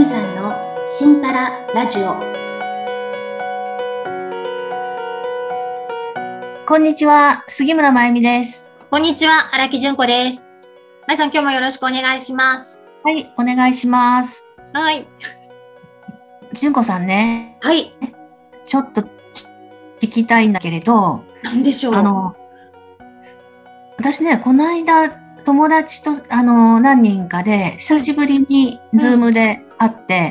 さんのシンパララジオ。 こんにちは、杉村真由美です。 こんにちは、荒木純子です。まゆさん、今日もよろしくお願いします。 はい、お願いします。 はい。 純子さんね、 はい。 ちょっと聞きたいんだけれど、 なんでしょう。 あの、私ね、この間、友達と、何人かで、久しぶりにズームで会って、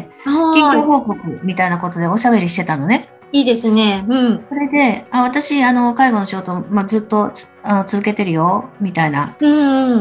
近況は報告みたいなことでおしゃべりしてたのね。 い。いいですね。うん。 それで、私、介護の仕事、ずっと続けてるよ、みたいなうん。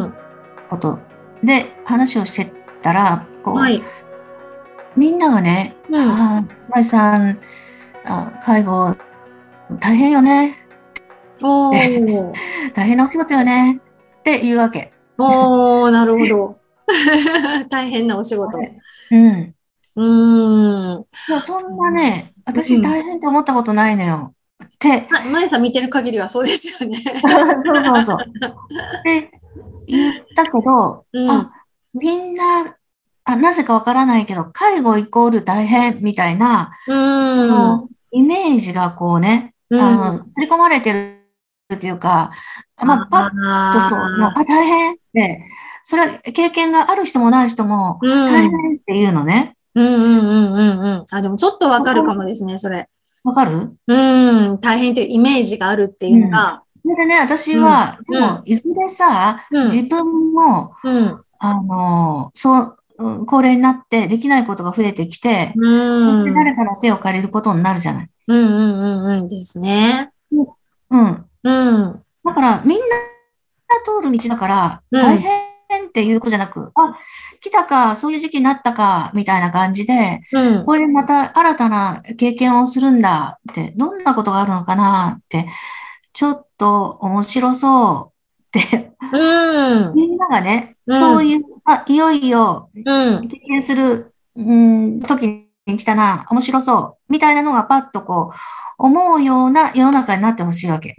ことで話をしてたら、 はい。 みんながね、 うん。 まゆさん、介護大変よね。 おー。 大変なお仕事よね。って言うわけ。 おー、なるほど。大変なお仕事。 うん。 うーん。 いや、そんなね、私うん。 大変って思ったことないのよ。って、 まゆさん見てる限りはそうですよね。 そうそうそう。って言ったけど、 うん。 みんな、なぜかわからないけど、介護イコール大変みたいな、 うーん。 イメージがこうね、 うん。 刷り込まれてるっていうか、パッとそう、 ああ。 大変って、それは経験がある人もない人もう大ん。 変っていうのね。 うんうんうんうんうん。あ、でもちょっとわかるかわかもですね、それ。 わかる。 うん。大変っていうイメージがあるっていううん。 のが。 それでね、私うん。 は、でも、 うん。 いずれさ、自うん。 分も、 うん。 高齢になってできないことが増えてきて、 うそしてん。 誰かの手を借りることになるじゃない。 うんうんうんうんですね。 うん。 うん。 だから、みんな通る道だから、 うん。 大変っていうことじゃなく、来たか、そういう時期になったか、みたいな感じで、 うん。 これでまた新たな経験をするんだって、どんなことがあるのかなって、ちょっと面白そうってうん。 みんながね、 うん。 そういう、いよいようん。 経験する、時に来たな、面白そう、みたいなのがパッとこう、思うような世の中になってほしいわけ。 うん。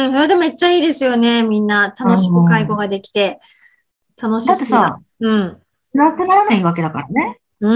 それでめっちゃいいですよね。みんなう楽しく介護ん。 ができて、楽しそうだ。 だってさ、 うん。 なくならないわけだからね。 うん。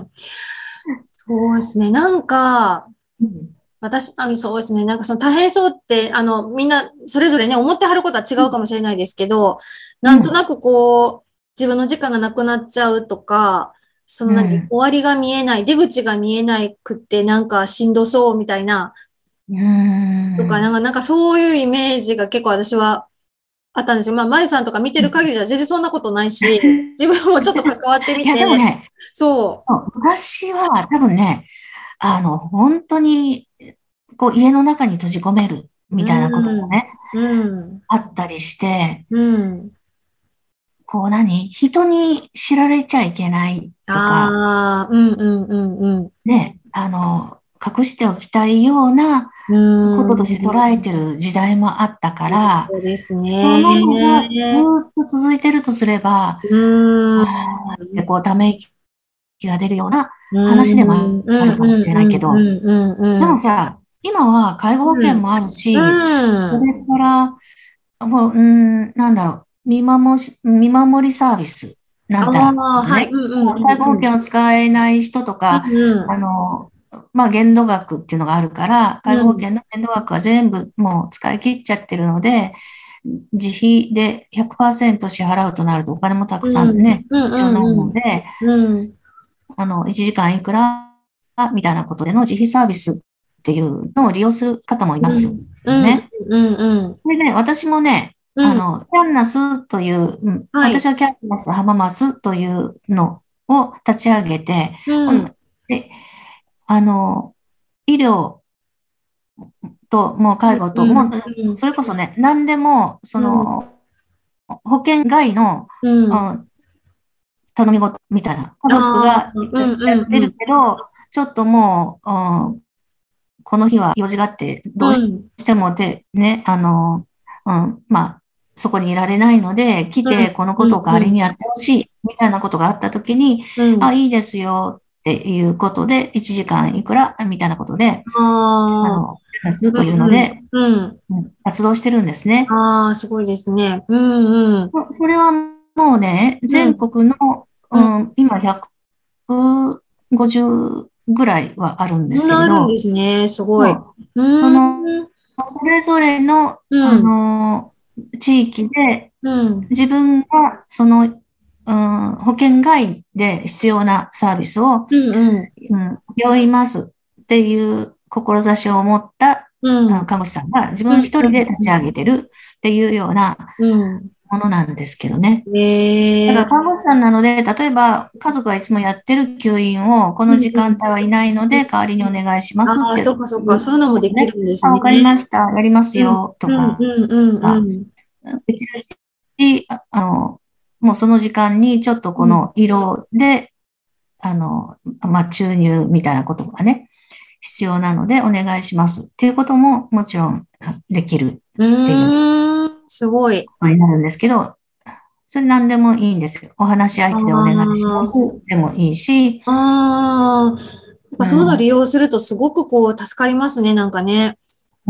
そうですね。なんか、 うん。 私、そうですね。なんかその大変そうって、みんなそれぞれね、思ってはることは違うかもしれないですけど、 うん。 なんとなくこう、自分の時間がなくなっちゃうとか、その何、終うん。 わりが見えない、出口が見えないくってなんかしんどそうみたいな、 うとか、なんん。 か、なんかそういうイメージが結構私はあったんですよ。まあ、まゆさんとか見てる限りでは全然そんなことないし、自分もちょっと関わっていや、でもみて、 ね、 そそう、昔は多分ね、本当に、こう、家の中に閉じ込めるう。 みたいなことがうん、 ね、 うん、 あったりして、 うん。 こう人に知られちゃいけないとか、 ああ、うん、うん、うん、うん。 ね、隠しておきたいようなうこととして捉ーん。 えてる時代もあったから、 そうですそののがずね。 っと続いてるとすれば、 うーん。 ってこう、ため息が出るようなうーん。 話でもうん、 あるかもしれうん、うん、 ないけど、 うん、 でうん。 もさ、今は介護保うん。 険もあるし、そうん。 れから、なんだろう、見守りサービスなんたらああ、はい。 ね、 うん、うん、うん、 介護保うん。 険を使えない人とか、 うん限度額っていうのがあるから、介うん。 護保険の限度額は全部もう使い切っちゃってるので、自費で100%支払うとなるとお金もたくさうん。 んね、 うん、 必要になるうん、 ので、 うん。うん。 1時間いくらみたいなことでの自費サービスっていうのを利用する方もいますうん。うん。 ね。 うん。うん。 それで、私もね、 うん。 キャンナスという、 はい。 私はキャンナス浜松というのを立ち上げて、 うん。 で、あの、医療と、もううん。 介護と、もうん。 う、それこそね、何でも、 うん。 保険外の、 うん。 うん、頼み事みたいな、家族ああ、 がうん。 やってるうん。 けど、ちょっともう、この日は用事があって、どうしうん。 てもで、ね、そこにいられないので、来うん。 て、このうん。 ことを代わうん。 りにやってほしい、みたいなことがあったときに、 うん。 いいですよっていうことで、1時間いくら、みたいなことで、 ああ、 安というのうん。 で、 うん。 活動してるんですね。 ああ、すごいですね。うん。うん。 それはもうね、 うん。 全国の、 うん。 今100 150ぐらいはあるんですけれど、 そんなあるんですね。すごい。 そううーその、 ん。 それぞれの、 うん。 地域でうん。 自分がその、保険外で必要なサービスを、 うんうん。 病院ますっていう志を持ったうん。 看護師さんが自うん。 分一人で立ち上げてるっていうようなうん。 ものなんですけどね。だからええ。 看護師さんなので、例えば家族がいつもやってる吸引をこうんうん。 の時間帯はいないので代わりにお願いしますああ、 ってそっかそっか。 いうそういうのもできね。あ、 るんですね。 わかりました。やりますうん。 よとうんか、 うんうんうあん。 できるし、もうその時間にちょっとこうん。 の色で、注入みたいなことがね、必要なのでお願いしますっていうことももちろんできるうっていうーん。すごい。 ことになるんですけど、それ何でもいいんですよ。お話しあ相手でお願いしますでもいいし、 あ。ああ。なんかそういうの利うん、 用するとすごくこう助かりますね。なんかね。 うん、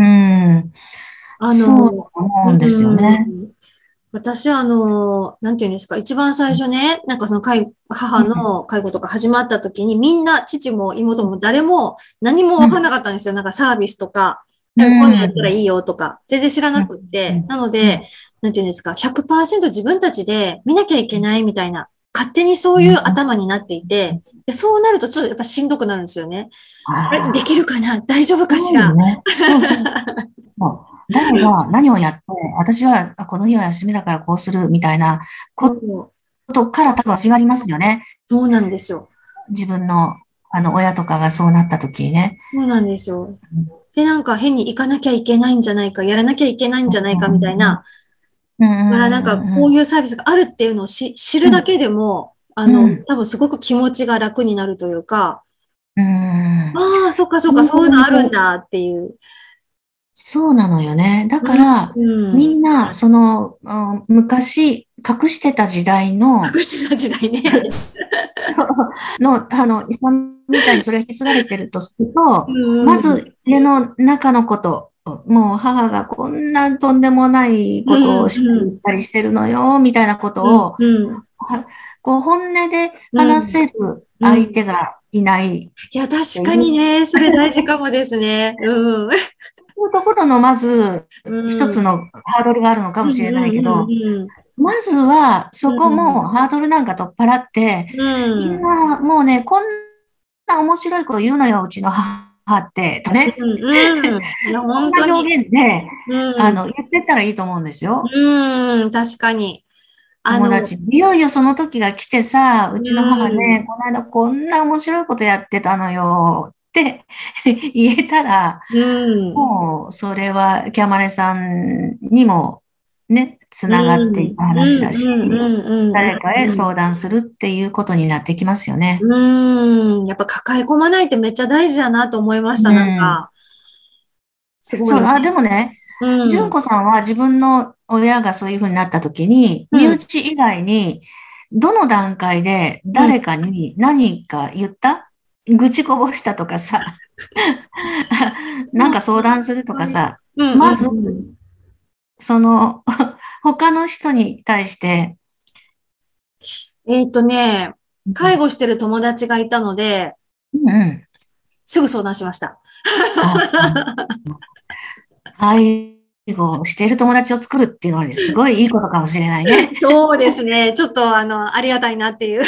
あそうの、 思うんですよね。 うん。私、なんていうんですか、一番最初ね、なんかその母うん、 の介護とか始まった時に、みんな、父も妹も誰も何もわかんなかったんですよ。なんかサービスとか、 うなんかこういうのやったらいん、 いよとか、全然知らなうん、 くって。 うん、 なので、なんていうんですか、100%自分たちで見なきゃいけないみたいな、勝手にそういううん、 頭になっていて、でそうなるとちょっとやっぱしんどくなるんですよね。あれ、できああ、 るかな大丈夫かしら？ そうよね。そうそう。もう誰が何をやって、私はこの日は休みだからこうするみたいなそこう、 とから多分始まりますよね。 そうなんですよ。 自分の、親とかがそうなった時にね。 そうなんですよ。で、なんか変に行かなきゃいけないんじゃないか、やらなきゃいけないんじゃないかみたいな、 うん、 だからなんかこううん、 いうサービスがあるっていうのを知うん、 るだけでも、 うん、 多分すごく気持ちが楽になるというか、 うん。 ああ、そっかそっか、 本そういうのあるん当にだっていう。 そうなのよね。だうん、 から、 うん。 みんな、昔、隠してた時代の、 隠してた時代ね。 そう遺産みたいにそれが引き継がれてるとすると、 うん、うん、 まず家の中のこと、もう母がこんなとんでもないうことをん、 して言ったりしてるのよ、みたいなこうん、 とを、 うん、 こう本音でうん、 話せる相うん。 手がいないいや、確かっていう、 にね、それ大事かもですね。うん、 そういうところのまずうん、 一つのハードルがあるのかうん、 もしれないけうん、 ど、 うん、 まずはそこうん、 もハードルなんか取っ払って、 ういやん、 ーもうね、こんな面白いこと言うのよ、うちの母って、とね、 うん、うん。いや、 そん本当に。 な表現で、 うん。 言ってったらいいと思うんですよ。 うん、確かに。あの、 友達に。いよいよその時が来てさ、ううちの母ね、 ん、 この間こんな面白いことやってたのよって言えたら、 うん、 もうそれはキャマネさんにもね、つうながっていん、 く話だうん、 し、 うん、うん、うん、 誰かへうん。 相談するっていうことになってきますよね。 うん、やっぱ抱え込まないってめっちゃ大事だなと思いましうた。なんん。 か、すごそう、 いね。 でもね、 うん、 純子さんは自分の親がそういうふうになった時に、身うん、 内以外に、どの段階でうん。 誰かに何か言った愚痴こぼしたとかさ、なんか相談するとかさ、 うん、うん、 まず、 うん。 その、他の人に対して、 介護してる友達がいたので、 うんうん、 すぐ相談しました。 あ、介護をしている友達を作るっていうのはね、すごいいいことかもしれないね。 そうですね。ちょっと、ありがたいなっていう、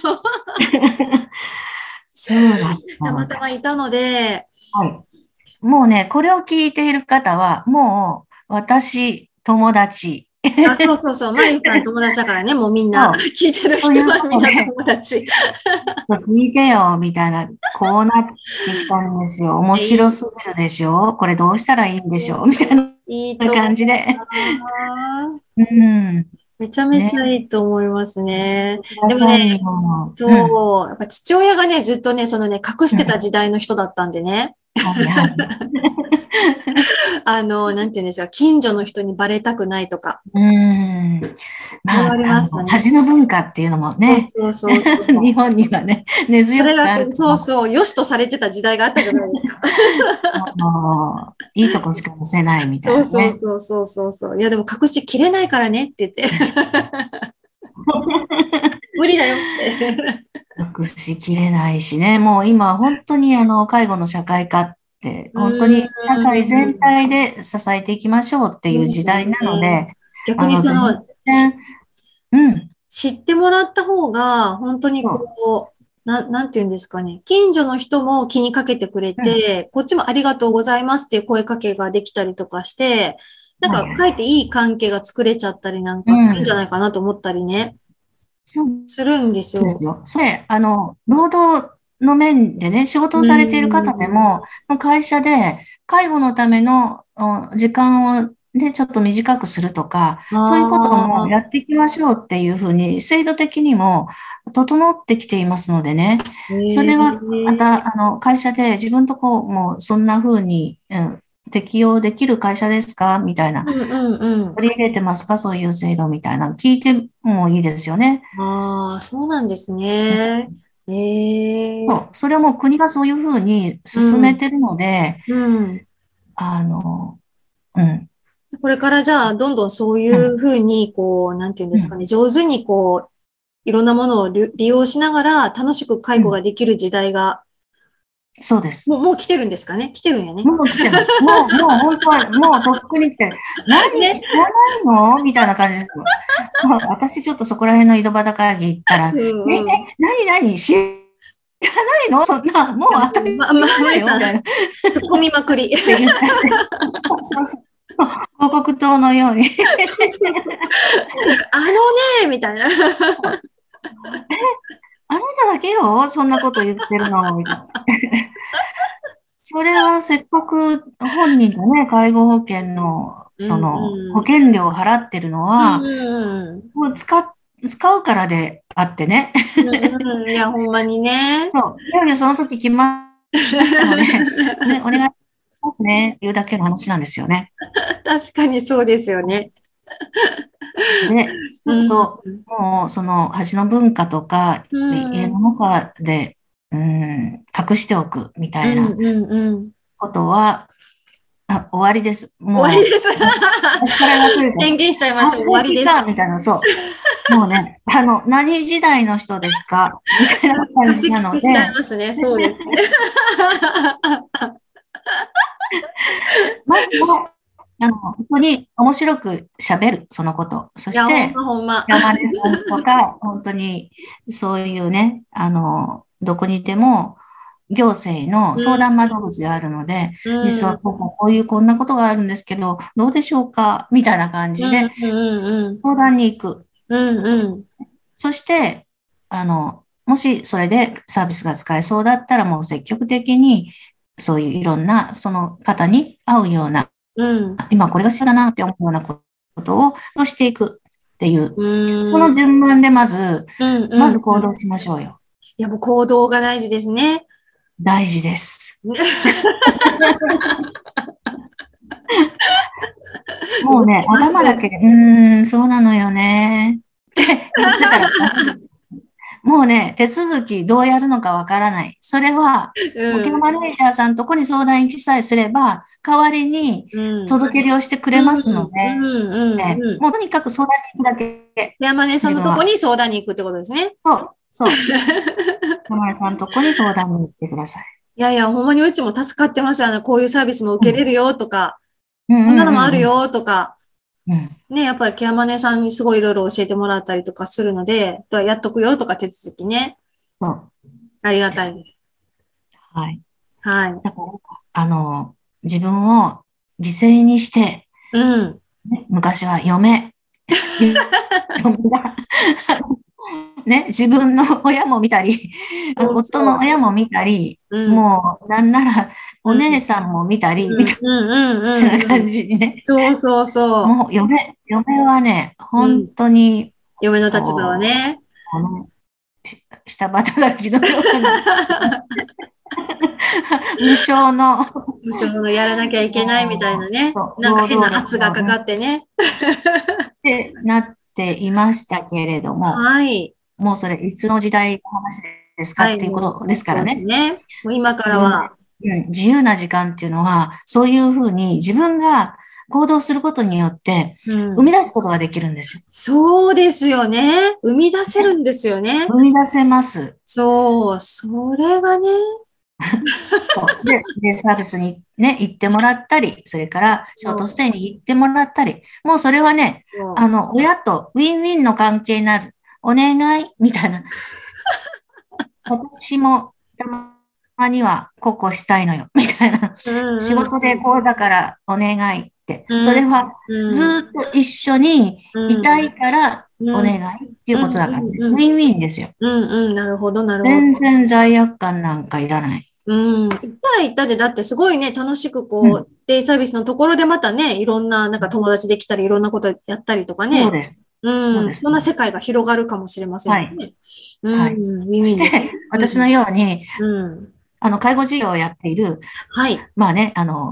そうだったまたのか。 たまいたので、 はい。もうね、これを聞いている方は、もう、私、友達。 あ、そうそうそう。まゆさん友達だからね、もうみんな。 そう。 聞いてるという人はみんなことで、 友達。 聞いてよ、みたいな、こうなってきたんですよ。面白いすぎるでしょこれどうしたらいいんでしょうみたいないと思感じで。 うな。 うん。 めちゃめね。 ちゃいいと思いますね。 くだでもね、 さいよ。うん。 そう、やっぱ父親がね、ずっとね、そのね、隠してたうん。 時代の人だったんでね。 はいはい。 なんていうんですか、近所の人にバレたくないとか、 うん。まあ、 言われましたね。 恥の文化っていうのもそうね、 そうそうそ日う。 本にはね、根それが、 強くあるから、 そうそう、良しとされてた時代があったじゃないですか。 いいとこしか見せないみたいそうなね。 そうそうそうそうそう。いや、でも隠しきれないからねって言って。無理だよって。 隠しきれないしね。もう今本当に介護の社会化って本当に社会全体で支えていきましょうっていう時代なので、 逆に全然、うん。 知ってもらった方が、本当にこう、なんていうんですかね。近所の人も気にかけてくれて、こっちもありがとうございますっていう声かけができたりとかして、なんか、かえっていい関係が作れちゃったりなんかするんじゃないかなと思ったりね。するんですよ。 ですよ。それ、労働の面でね、仕事をされている方でも、会社で介護のための時間をね、ちょっと短くするとか、そういうこともやっていきましょうっていうふうに、制度的にも整ってきていますのでね、それはまた、会社で自分とこう、もうそんなふうに、適用できる会社ですかみたいな。取り入れてますかそういう制度みたいな。聞いてもいいですよね。 ああ、そうなんですね。 そう。それはもう国がそういうふうに進めてるので、うん。 これからじゃあ、どんどんそういうふうに、こう、なんていうんですかね、上手にこう、いろんなものを利用しながら楽しく介護ができる時代が、 そうです。 もう来てるんですかね？来てるんやね。 もう来てます。もう本当は、もうとっくに来てる。何知らないのみたいな感じですよ。私ちょっとそこら辺の井戸端会議行ったら、何知らないのそんな、もう当たり前だよ、みたいな。 突っ込みまくり。 広告塔のように。 みたいな。 あなただけよそんなこと言ってるのみたいな。それはせっかく本人がね、介護保険の、保険料を払ってるのは、もう使うからであってね。 いや、ほんまにね。 そう。いよいよその時来ましたので、ね、お願いしますね。言うだけの話なんですよね。 確かにそうですよね。 で、ちょっと、もう、その、恥の文化とか、家の中で、隠しておくみたいなことは、終わりです。もう。 終わりです。 私から忘れて。 宣言しちゃいましょう。終わりです。 みたいな、そう。もうね、何時代の人ですかみたいな感じなので。 しちゃいますね。そうですね。 まずは、本当に面白く喋る、そのこと。そして、山根さんとか、本当に、そういうね、どこにでも、行政の相談窓口があるので、実はこういうこんなことがあるんですけど、どうでしょうかみたいな感じで、相談に行く。そして、もしそれでサービスが使えそうだったら、もう積極的に、そういういろんな、その方に合うような、今これが必要だなって思うようなことをしていくっていう、その順番でまず行動しましょうよ。 いや、もう行動が大事ですね。 大事です。もうね、頭だけで、そうなのよね。って言ってたら、もうね、手続きどうやるのかわからない。それは、保険マネージャーさんとこに相談行きさえすれば、代わりに届け出をしてくれますので、もうとにかく相談に行くだけ。 山根さんのとこに相談に行くってことですね。 そう。山根さんのとこに相談に行ってください。 いやいや、ほんまにうちも助かってますよ。こういうサービスも受けれるよとか、こんなのもあるよとか、ね、やっぱりケアマネさんにすごいいろいろ教えてもらったりとかするので、やっとくよとか手続きね。 そう。 ありがたいです。 はい。 はい。 だから、自分を犠牲にして、昔は嫁がね、自分の親も見たり、夫の親も見たり、もうなんならお姉さんも見たり、みたいな感じにね。 そうそうそう。 もう嫁はね、本当に、 嫁の立場はね。 下働きのような無償のやらなきゃいけないみたいなね。なんか変な圧がかかってね。 ってなっていましたけれども、 はい。 もうそれいつの時代の話ですかっていうことですからね。 そうですね。もう今からは。 自由な時間っていうのは、そういうふうに自分が行動することによって、生み出すことができるんですよ。 そうですよね。生み出せるんですよね。 生み出せます。 そう、それがね。 で、サービスにね、行ってもらったり、それからショートステイに行ってもらったり、もうそれはね、親とウィンウィンの関係になる。お願いみたいな。私もたまにはこうしたいのよ、みたいな。仕事でこうだからお願いって。それはずっと一緒にいたいからお願いっていうことだからね。ウィンウィンですよ。 なるほど、なるほど。 全然罪悪感なんかいらない。 行ったら行ったで、だってすごいね、楽しくこう、デイサービスのところでまたね、いろんな、なんか友達できたり、いろんなことやったりとかね。 そうです。 そんな世界が広がるかもしれませんね。 はい。そして、私のように、介護事業をやっている、 はい。 まあね、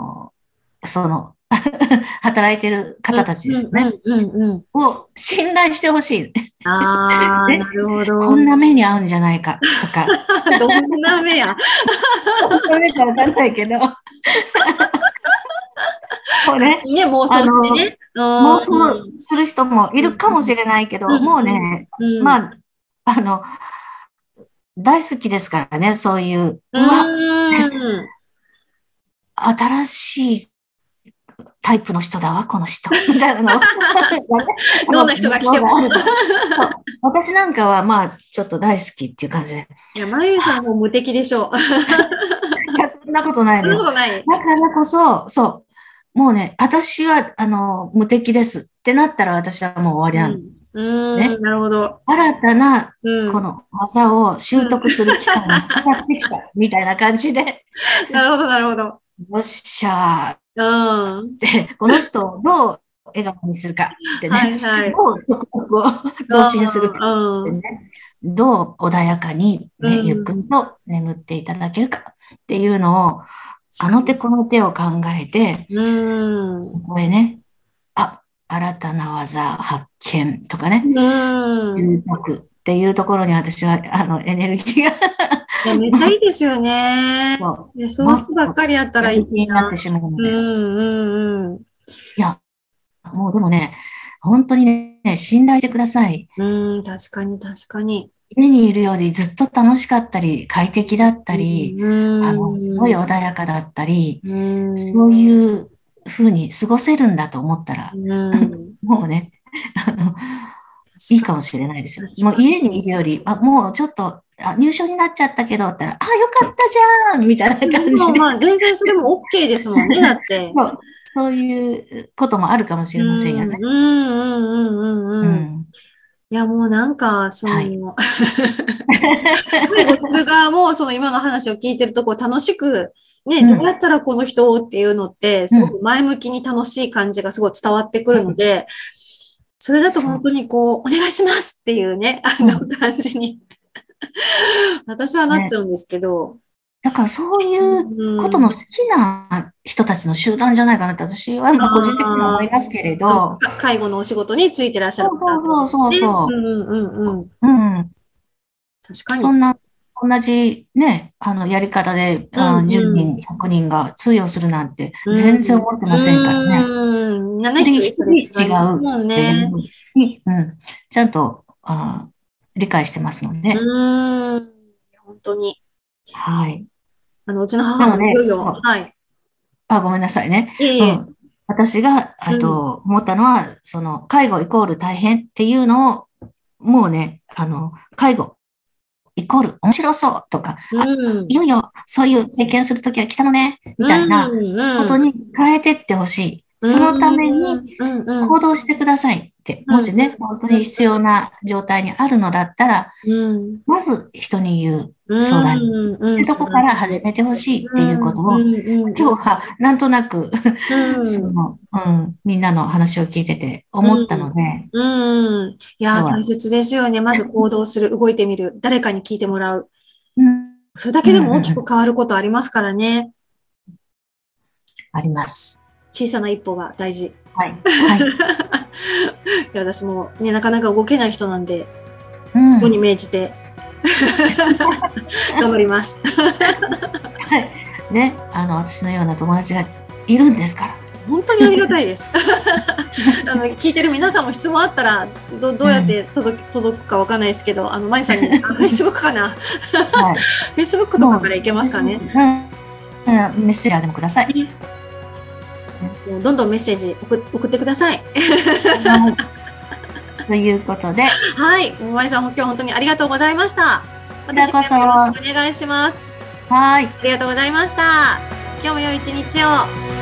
働いている方たちですよね。を信頼してほしい。 ああ、なるほど。 こんな目に遭うんじゃないか、とか。 どんな目や。 どんな目かわかんないけど。そうね。 ね、妄想してね。 妄想する人もいるかもしれないけど、もうね、まあ、大好きですからね、そういう、新しいタイプの人だわ、この人。みたいなの。 どんな人が来ても。 私なんかは、まあ、ちょっと大好きっていう感じで。 いや、まゆさんも無敵でしょう。 いや、そんなことないのよ。だからこそ、そう。もうね、私は、無敵ですってなったら私はもう終わりなの。 ね。なるほど。 新たな、この技を習得する期間がかかってきた、みたいな感じで。 なるほど、なるほど。よっしゃー。で、この人をどう笑顔にするかってね。どう食欲を増進するかってね。どう穏やかにね、ゆっくりと眠っていただけるかっていうのを、あの手この手を考えて、そこへね、新たな技発見とかね、習得っていうところに私は、エネルギーがいや、めっちゃいいですよね。そういう人ばっかりやったらいいなってしまうので。いや、もうでもね、本当にね、信頼してください。 確かに、確かに。 家にいるよりずっと楽しかったり、快適だったり、すごい穏やかだったり、そういう風に過ごせるんだと思ったら、もうね、いいかもしれないですよ。もう家にいるより、もうちょっと、入所になっちゃったけど、って言ったら、よかったじゃんみたいな感じで。 全然それも OK ですもんね、だって。 そういうこともあるかもしれませんよね。 いや、もうなんか、介護する側も、今の話を聞いてるとこ楽しく、ね、どうやったらこの人っていうのって、すごく前向きに楽しい感じがすごい伝わってくるので、それだと本当にお願いしますっていうね、感じに私はなっちゃうんですけど。 だからそういうことの好きな人たちの集団じゃないかなって私は個人的には思いますけれど。 介護のお仕事についてらっしゃる方。 そう。 確かに。 そんな、同じね、やり方で、10人、100人が通用するなんて全然思ってませんからね。 7人違うっていうふうに、ちゃんと理解してますので。 本当に。 はい。 うちの母もいよいよ、はい。 ごめんなさいね。私が、思ったのは、介護イコール大変っていうのを、もうね、介護イコール面白そうとか、いよいよそういう経験するときは来たのね、みたいなことに変えてってほしい。そのために行動してくださいって、もしね、本当に必要な状態にあるのだったら、まず人に言う相談ってとこから始めてほしいっていうことを、今日はなんとなくみんなの話を聞いてて思ったので。 いや、大切ですよね。まず行動する、動いてみる、誰かに聞いてもらう。それだけでも大きく変わることありますからね。 あります。 小さな一歩が大事。 はい。 私もね、なかなか動けない人なんで、ここに命じて頑張ります。 はい。ね、私のような友達がいるんですから。 本当にありがたいです。聞いてる皆さんも質問あったら、どうやって届くかわかんないですけど、まゆさんに、Facebook かな。Facebook とかからいけますかね。 メッセージでもください。 もうどんどんメッセージ送ってください。 ということで。 はい。まゆさん、今日本当にありがとうございました。 また次回もよろしくお願いします。 はい。 ありがとうございました。今日も良い一日を。